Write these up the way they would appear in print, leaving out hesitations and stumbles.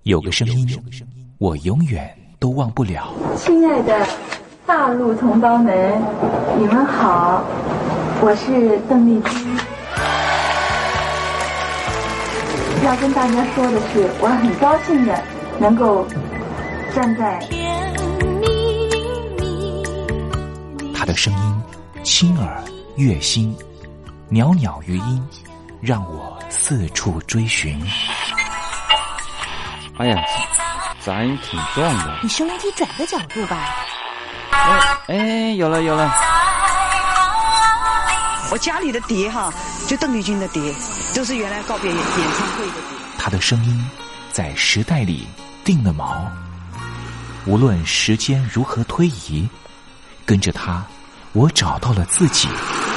有个声音，我永远都忘不了。 亲爱的大陆同胞们，你们好，我是邓丽君。要跟大家说的是，我很高兴的能够站在他的声音轻耳悦心，袅袅余音，让我四处追寻。 哎呀，咱挺壮的。 你收音机转个角度吧。 哎，有了。 我家里的碟哈，就邓丽君的碟，都是原来告别演唱会的碟。 他的声音在时代里定了锚，无论时间如何推移，跟着他，我找到了自己。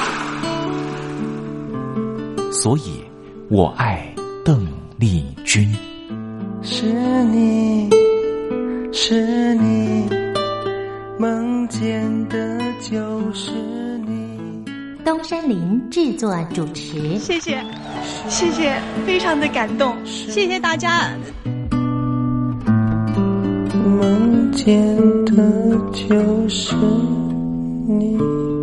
所以，我爱邓丽君。 是你，是你，梦见的就是你。 东山林制作主持。 谢谢，非常的感动，谢谢大家。 梦见的就是你。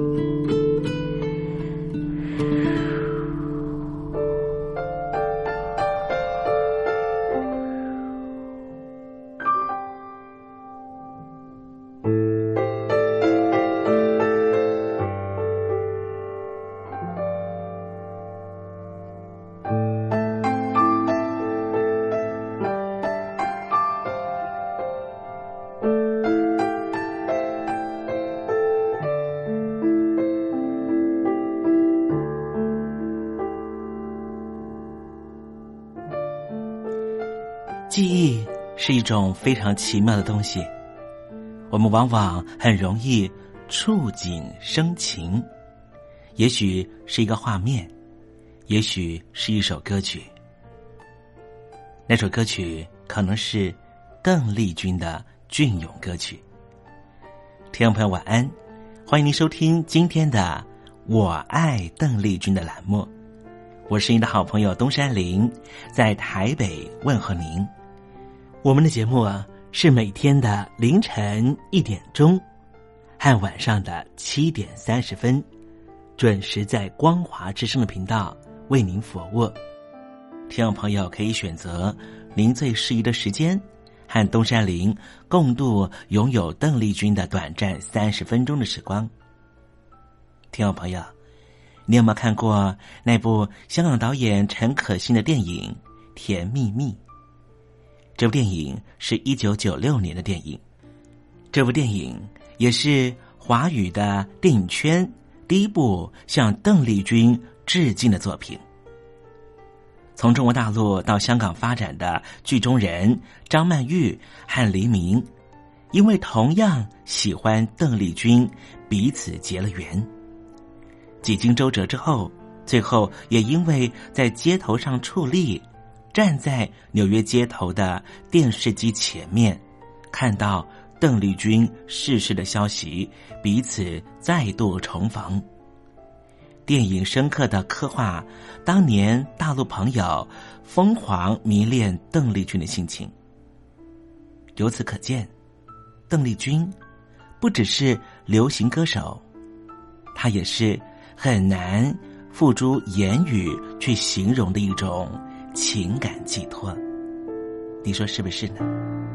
记忆是一种非常奇妙的东西，我们往往很容易触景生情，也许是一个画面，也许是一首歌曲。那首歌曲可能是邓丽君的隽永歌曲。听众朋友晚安，欢迎您收听今天的我爱邓丽君的栏目，我是您的好朋友东山林，在台北问候您。我们的节目是每天的凌晨1点钟和晚上的7点30分，准时在光华之声的频道为您服务。听众朋友可以选择您最适宜的时间，和东山林共度拥有邓丽君的短暂30分钟的时光。听众朋友，你有没有看过那部香港导演陈可辛的电影《甜蜜蜜》？这部电影是1996年的电影，这部电影也是华语的电影圈第一部向邓丽君致敬的作品。从中国大陆到香港发展的剧中人张曼玉和黎明，因为同样喜欢邓丽君，彼此结了缘。几经周折之后，最后也因为在街头上矗立，站在纽约街头的电视机前面，看到邓丽君逝世的消息，彼此再度重逢。电影深刻地刻画当年大陆朋友疯狂迷恋邓丽君的心情。由此可见，邓丽君不只是流行歌手，她也是很难付诸言语去形容的一种情感寄托，你说是不是呢？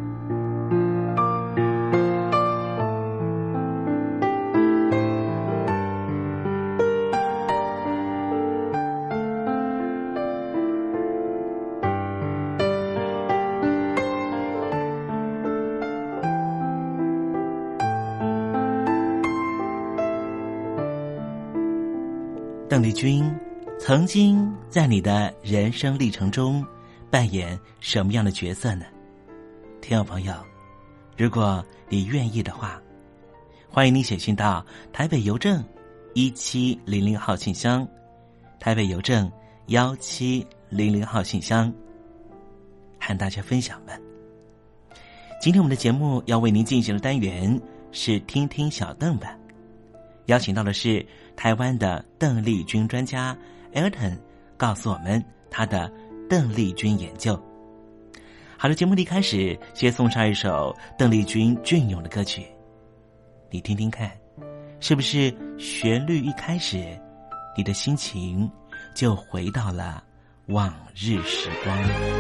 邓丽君曾经在你的人生历程中扮演什么样的角色呢？听众朋友，如果你愿意的话，欢迎你写信到台北邮政1700号信箱，台北邮政1700号信箱，和大家分享吧。今天我们的节目要为您进行的单元是听听小邓吧，邀请到的是台湾的邓丽君专家 Elton， 告诉我们他的邓丽君研究。 好的，节目的一开始，先送上一首邓丽君隽永的歌曲，你听听看，是不是旋律一开始，你的心情就回到了往日时光。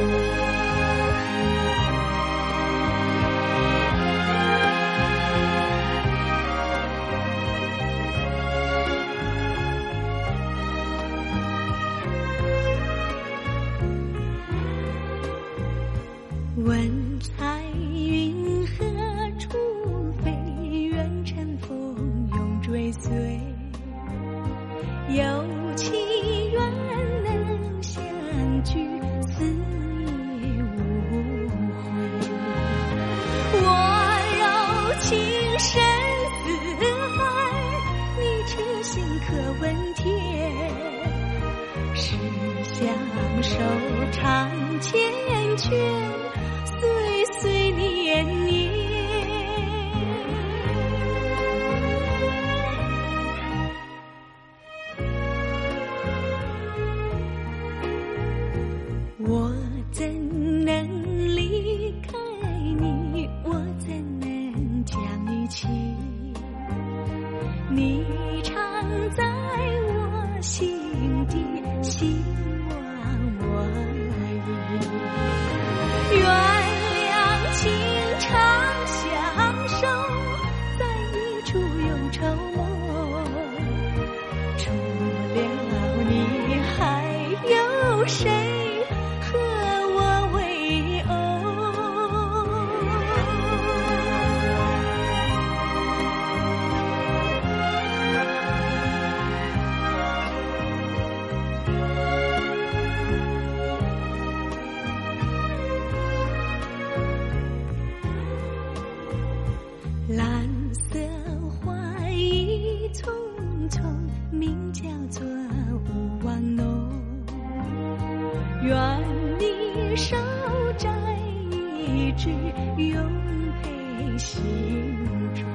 问彩云何处飞，愿乘风永追随，有情愿能相聚，死也无悔。我柔情深似海，你痴心可问天，是相守长缱绻，岁岁年年。我怎能离开你，我怎能将你弃，你常在我心底，希望我已原情长相守，在一处永愁梦，除了你还有谁和我为偶？蓝色花意匆匆，名叫做勿忘浓。愿你手摘一枝，永陪心中。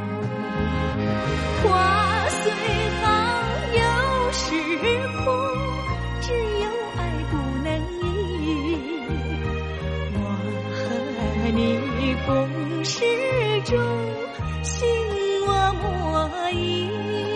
花虽好，有时苦，只有爱不能移。我和你共事中，心我莫疑。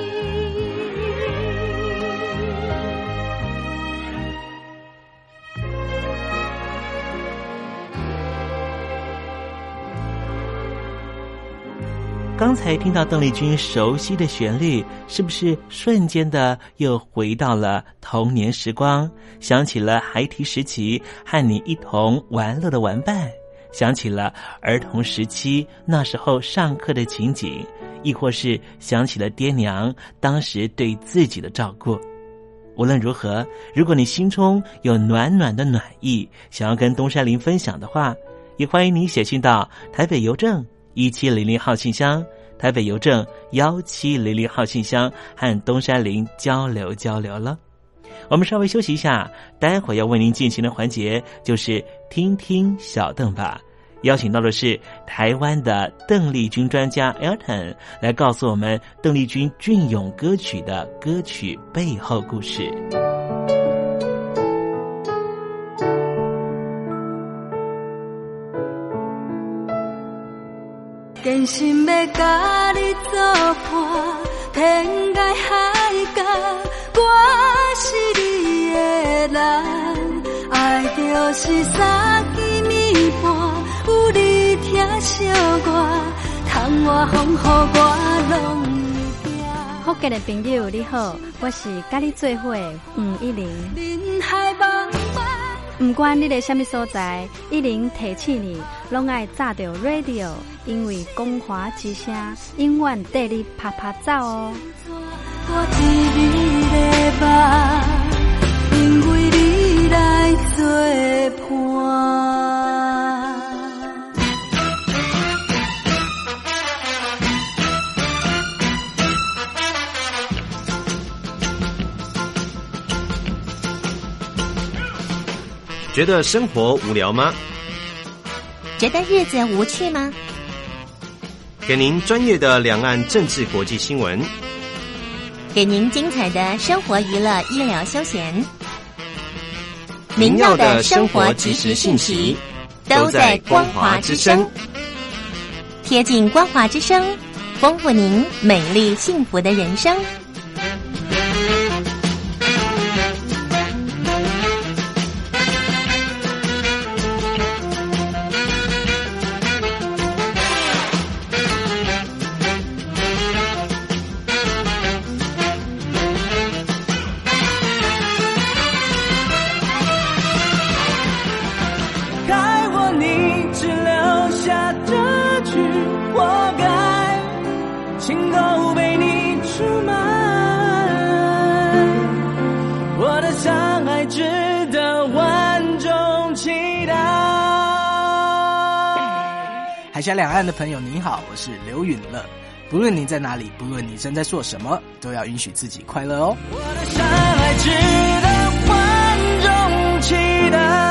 刚才听到邓丽君熟悉的旋律，是不是瞬间的又回到了童年时光，想起了孩提时期和你一同玩乐的玩伴，想起了儿童时期那时候上课的情景，亦或是想起了爹娘当时对自己的照顾。无论如何，如果你心中有暖暖的暖意，想要跟东山林分享的话，也欢迎你写信到台北邮政1700号信箱，台北邮政1700号信箱，和东山林交流了。我们稍微休息一下，待会儿要为您进行的环节就是听听小邓吧。邀请到的是台湾的邓丽君专家 Elton 来告诉我们邓丽君隽永歌曲的歌曲背后故事。 真心要甲你作伴，天涯海角，我是你的人，爱就是三更暝半，有你疼惜我，窗外风雨我拢会惊。 福建的朋友你好，我是甲你做伙黄一玲。 人海茫茫， 不管你在什么所在，一玲提醒你，拢爱炸着 radio， 因为光华之声永远带你啪啪走哦。 我一日的梦，因为你来作伴。 觉得生活无聊吗？ 觉得日子无趣吗？ 给您专业的两岸政治国际新闻， 给您精彩的生活娱乐医疗休闲，您要的生活即时信息都在光华之声。贴近光华之声，丰富您美丽幸福的人生。 海峡两岸的朋友您好，我是刘允乐。不论你在哪里，不论你正在做什么，都要允许自己快乐哦。我的山海值得万众期待。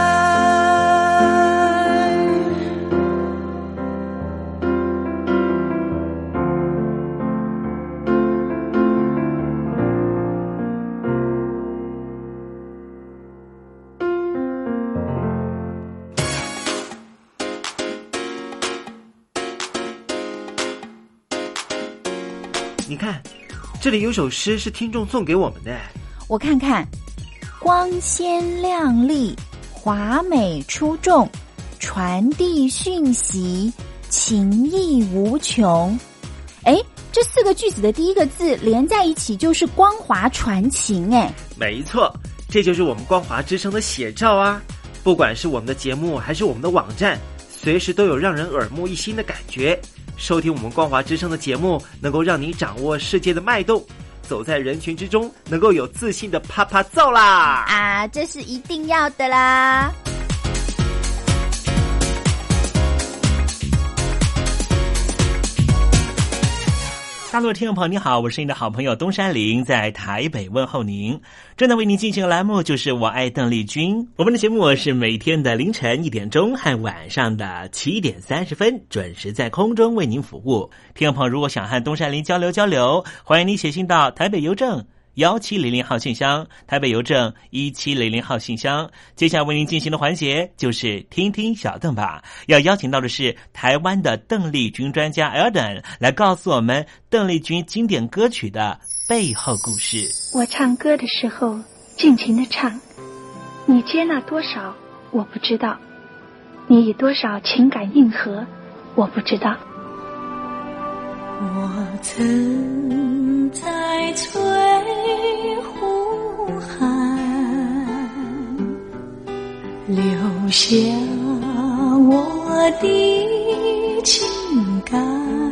你看，这里有首诗是听众送给我们的。 我看看，光鲜亮丽，华美出众，传递讯息，情意无穷。哎，这4个句子的第一个字连在一起就是光华传情。哎， 没错，这就是我们光华之声的写照啊！不管是我们的节目还是我们的网站，随时都有让人耳目一新的感觉。收听我们光华之声的节目，能够让你掌握世界的脉动，走在人群之中，能够有自信的啪啪照啦！ 啊，这是一定要的啦！ 大陆的听众朋友你好，我是你的好朋友东山林，在台北问候您。正在为您进行的栏目就是我爱邓丽君。我们的节目是每天的凌晨1点钟和晚上的7点30分准时在空中为您服务。听众朋友如果想和东山林交流，欢迎你写信到台北邮政1700号信箱，台北邮政1700号信箱。接下来为您进行的环节就是听听小邓吧，要邀请到的是台湾的邓丽君专家 Elden 来告诉我们邓丽君经典歌曲的背后故事。 我唱歌的时候尽情地唱，你接纳多少我不知道，你以多少情感应和我不知道。 我曾在翠湖畔留下我的情感，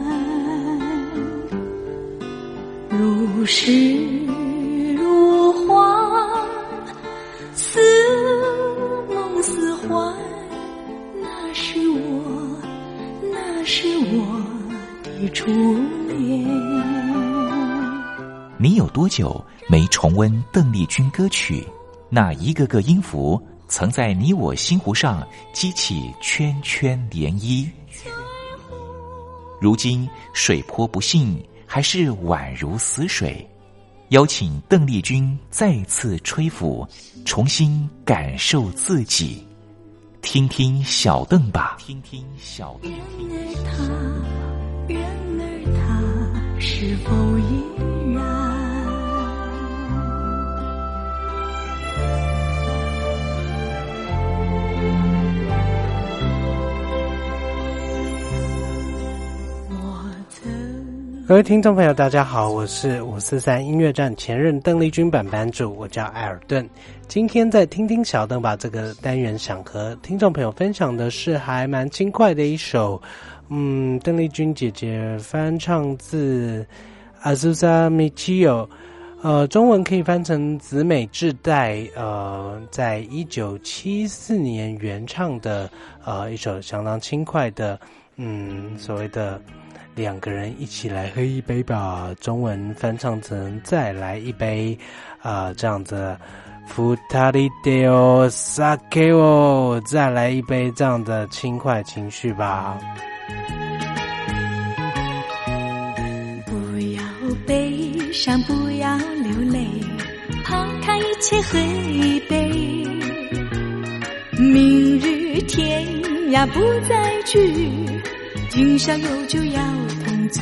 如诗如画，似梦似幻，那是我的初恋。 你有多久没重温邓丽君歌曲？那一个个音符曾在你我心湖上激起圈圈涟漪。如今水波不兴，还是宛如死水。邀请邓丽君再次吹拂，重新感受自己。听听小邓吧，听听小邓。 然而他是否依然？ 各位听众朋友大家好，我是543音乐站前任邓丽君版版主，我叫艾尔顿。今天在听听小邓把这个单元想和听众朋友分享的是还蛮轻快的一首邓丽君姐姐翻唱自 Azusa Michio， 中文可以翻成子美智代，在1974年原唱的一首相当轻快的所谓的两个人一起来喝一杯吧，中文翻唱成再来一杯这样子Futari Deo Sake o 再来一杯这样的轻快情绪吧。 不要悲伤，不要流泪，抛开一切喝一杯，明日天呀不再聚，今宵有酒要同醉。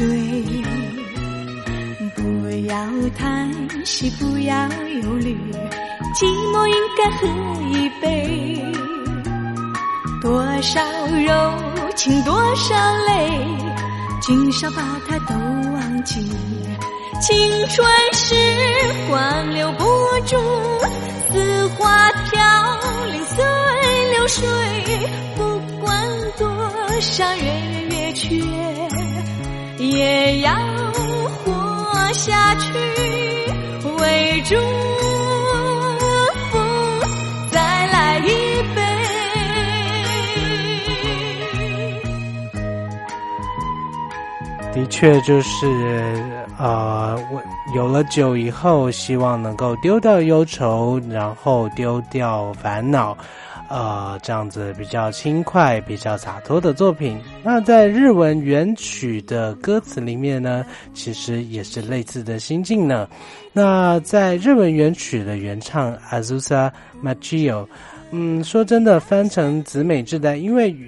不要叹息，不要忧虑，寂寞应该喝一杯。多少柔情多少泪，今宵把它都忘记。青春时光留不住，似花飘零随流水。不管多少月圆月缺，也要活下去，为祝福再来一杯。 的确就是我有了酒以后，希望能够丢掉忧愁，然后丢掉烦恼，这样子比较轻快比较洒脱的作品。那在日文原曲的歌词里面呢，其实也是类似的心境呢。那在日文原曲的原唱 Azusa Machio，说真的，翻成子美智代，因为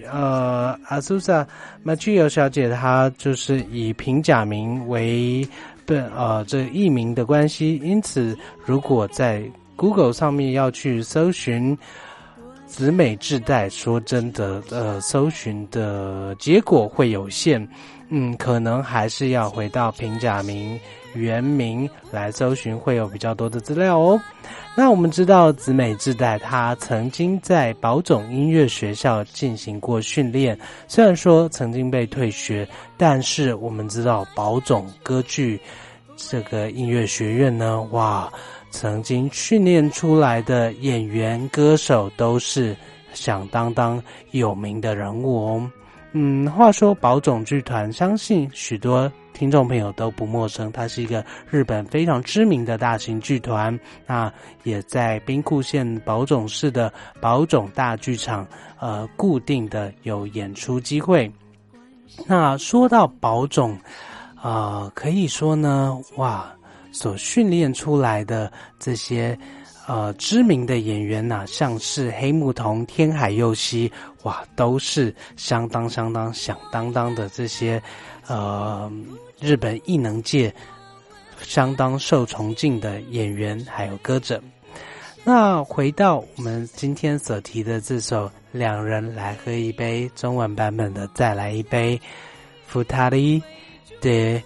Azusa Machio 小姐她就是以平假名为这艺名的关系，因此如果在 Google 上面要去搜寻子美智代，说真的搜寻的结果会有限，可能还是要回到平假名原名来搜寻，会有比较多的资料哦。那我们知道子美智代她曾经在宝冢音乐学校进行过训练，虽然说曾经被退学，但是我们知道宝冢歌剧这个音乐学院呢，哇，曾经训练出来的演员歌手都是响当当有名的人物哦。话说宝冢剧团，相信许多听众朋友都不陌生，它是一个日本非常知名的大型剧团，那也在兵库县宝冢市的宝冢大剧场固定的有演出机会。那说到宝冢可以说呢，哇，所训练出来的这些知名的演员呐，像是黑木瞳、天海佑希，哇，都是相当响当当的这些日本艺能界相当受崇敬的演员还有歌者。那回到我们今天所提的这首两人来喝一杯中文版本的再来一杯Futari de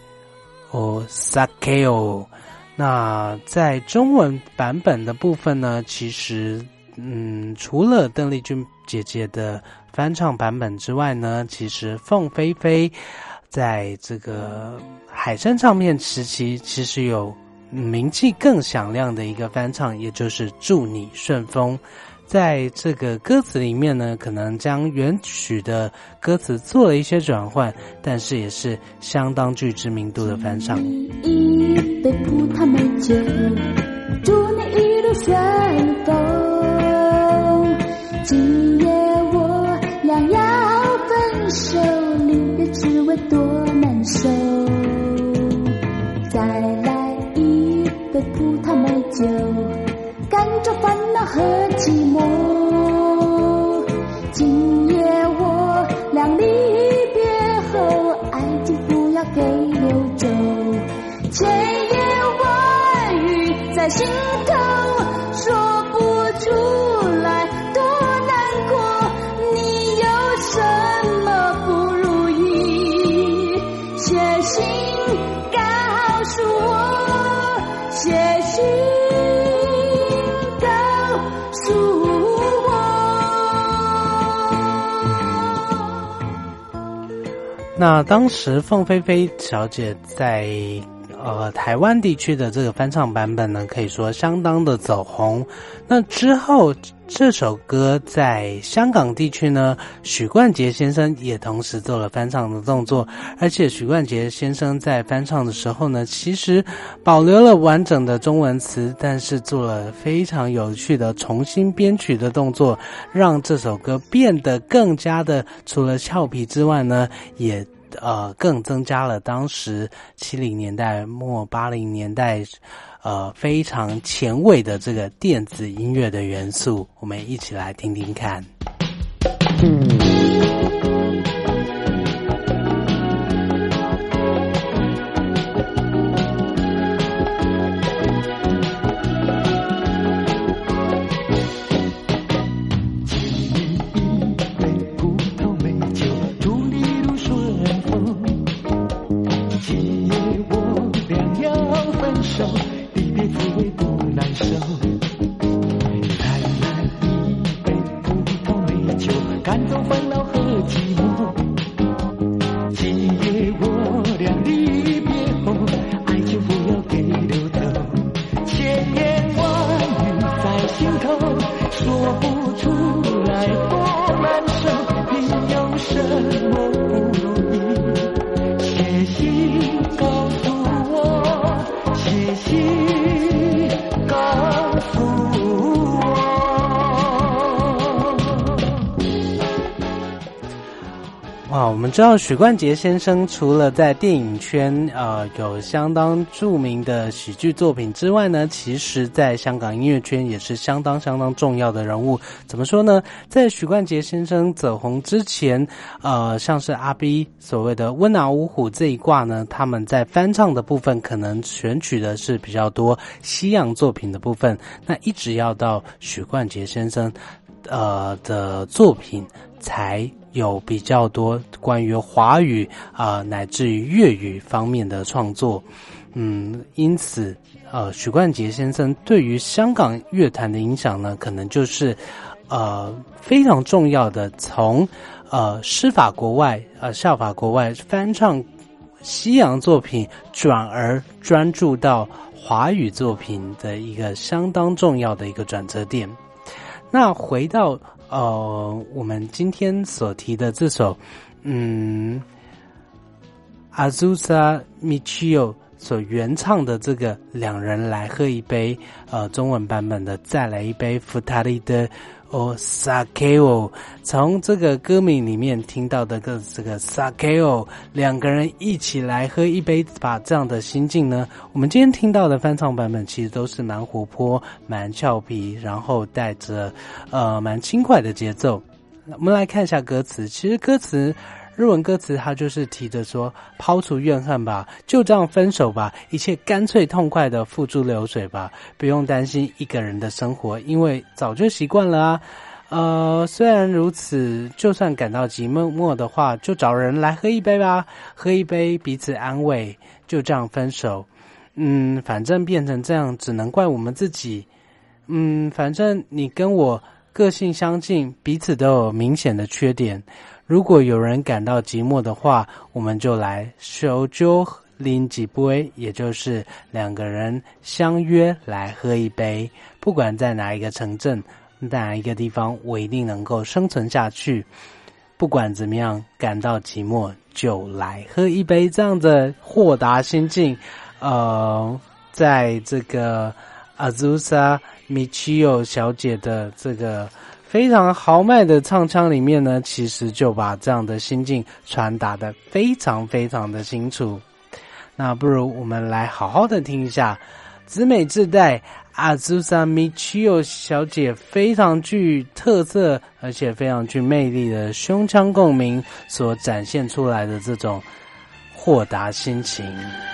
Osake o。那在中文版本的部分呢，其实除了邓丽君姐姐的翻唱版本之外呢，其实凤飞飞在这个海山唱片时期其实有名气更响亮的一个翻唱，也就是祝你顺风。在这个歌词里面呢，可能将原曲的歌词做了一些转换，但是也是相当具知名度的翻唱。 一杯葡萄美酒，祝你一路顺风。今夜我俩要分手，离别滋味多难受。再来一杯葡萄美酒，赶着烦恼和寂寞。今夜我俩离别后，爱情不要给溜走。千言万语在心头，说不出来多难过。你有什么不如意，写信告诉我，写信那当时凤飞飞小姐在台湾地区的这个翻唱版本呢，可以说相当的走红。那之后这首歌在香港地区呢，许冠杰先生也同时做了翻唱的动作，而且许冠杰先生在翻唱的时候呢，其实保留了完整的中文词，但是做了非常有趣的重新编曲的动作，让这首歌变得更加的除了俏皮之外呢，也更增加了当时70年代末80年代非常前卫的这个电子音乐的元素，我们一起来听听看。 哇，我们知道许冠杰先生除了在电影圈有相当著名的喜剧作品之外呢，其实在香港音乐圈也是相当重要的人物。怎么说呢？在许冠杰先生走红之前，像是阿 B 所谓的温拿五虎这一挂呢，他们在翻唱的部分可能选取的是比较多西洋作品的部分，那一直要到许冠杰先生的作品才有比较多关于华语乃至于粤语方面的创作。因此许冠杰先生对于香港乐坛的影响呢，可能就是非常重要的，从师法国外效法国外翻唱西洋作品，转而专注到华语作品的一个相当重要的一个转折点。那回到我们今天所提的这首Azusa Michio 所原唱的这个两人来喝一杯，中文版本的再来一杯福塔利的Sakeo， 从这个歌名里面听到的这个 Sakeo， 两个人一起来喝一杯，把这样的心境呢，我们今天听到的翻唱版本其实都是蛮活泼蛮俏皮，然后带着蛮轻快的节奏。我们来看一下歌词，其实日文歌词它就是提着说，抛除怨恨吧，就这样分手吧，一切干脆痛快的付诸流水吧，不用担心一个人的生活，因为早就习惯了啊。虽然如此，就算感到寂寞的话，就找人来喝一杯吧，喝一杯彼此安慰，就这样分手。反正变成这样，只能怪我们自己。反正你跟我个性相近，彼此都有明显的缺点。如果有人感到寂寞的话，我们就来手酒拎几杯，也就是两个人相约来喝一杯。不管在哪一个城镇，哪一个地方，我一定能够生存下去。不管怎么样，感到寂寞就来喝一杯，这样的豁达心境，在这个 Azusa Michio 小姐的这个非常豪迈的唱腔里面呢，其实就把这样的心境传达得非常的清楚。那不如我们来好好的听一下紫美自带 Azusa Michio 小姐非常具特色而且非常具魅力的胸腔共鸣所展现出来的这种豁达心情。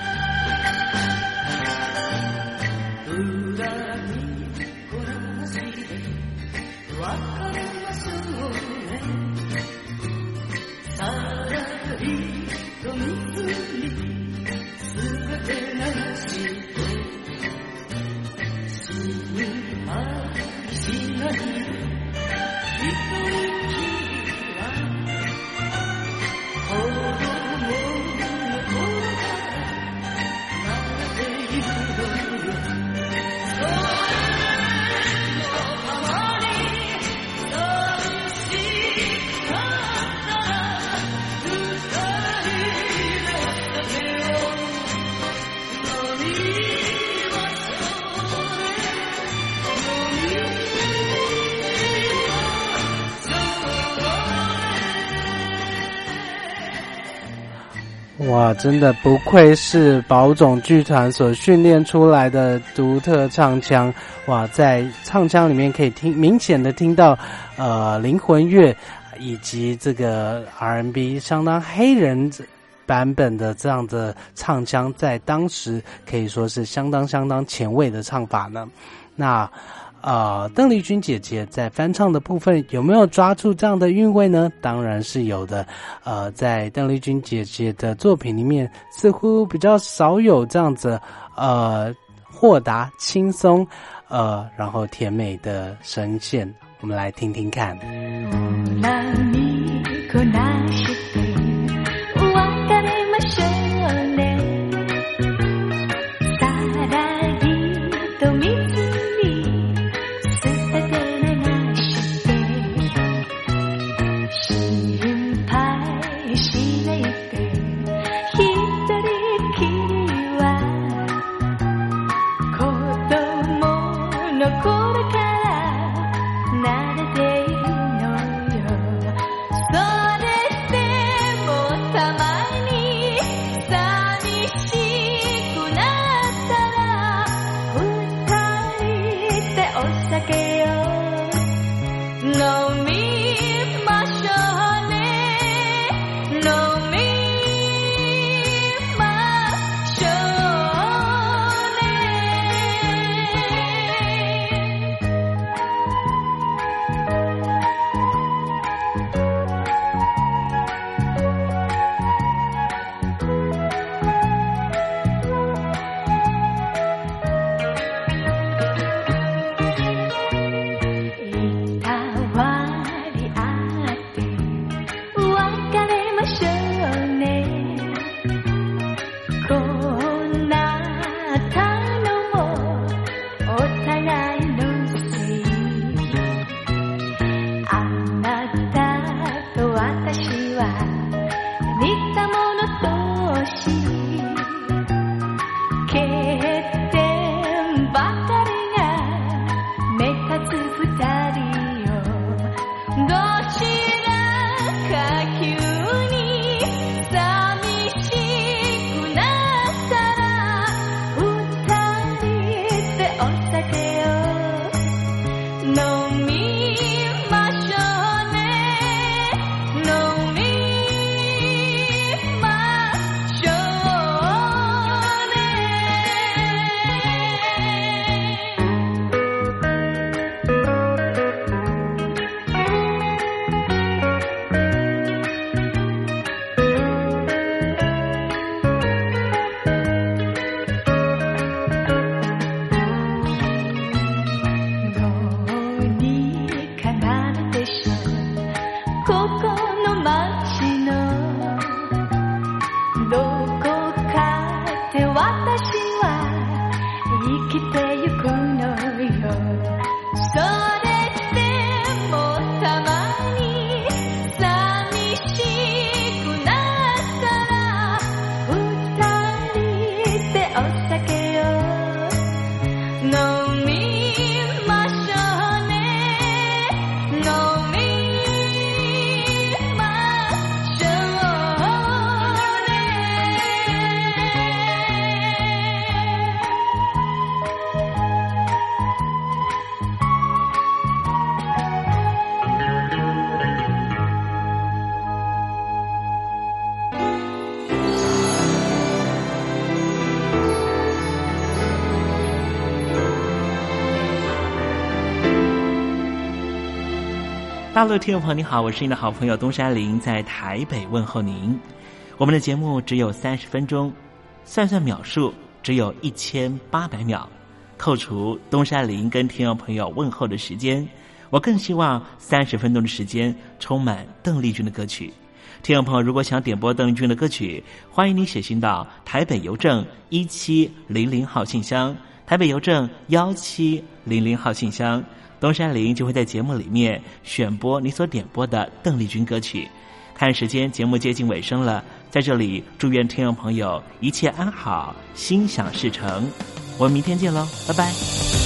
哇，真的不愧是宝冢剧团所训练出来的独特唱腔。哇，在唱腔里面可以明显的听到灵魂乐以及这个 R&B 相当黑人版本的这样的唱腔，在当时可以说是相当前卫的唱法呢。那邓丽君姐姐在翻唱的部分有没有抓住这样的韵味呢？当然是有的。在邓丽君姐姐的作品里面，似乎比较少有这样子豁达、轻松然后甜美的声线。我们来听听看。 慣れているのよ。それで大陆的听众朋友你好，我是您的好朋友东山林，在台北问候您。我们的节目只有30分钟，算算秒数只有1800秒，扣除东山林跟听众朋友问候的时间，我更希望30分钟的时间充满邓丽君的歌曲。听众朋友如果想点播邓丽君的歌曲，欢迎你写信到台北邮政1700号信箱，台北邮政1700号信箱，东山林就会在节目里面选播你所点播的邓丽君歌曲。看时间，节目接近尾声了，在这里祝愿听众朋友一切安好，心想事成。我们明天见喽，拜拜。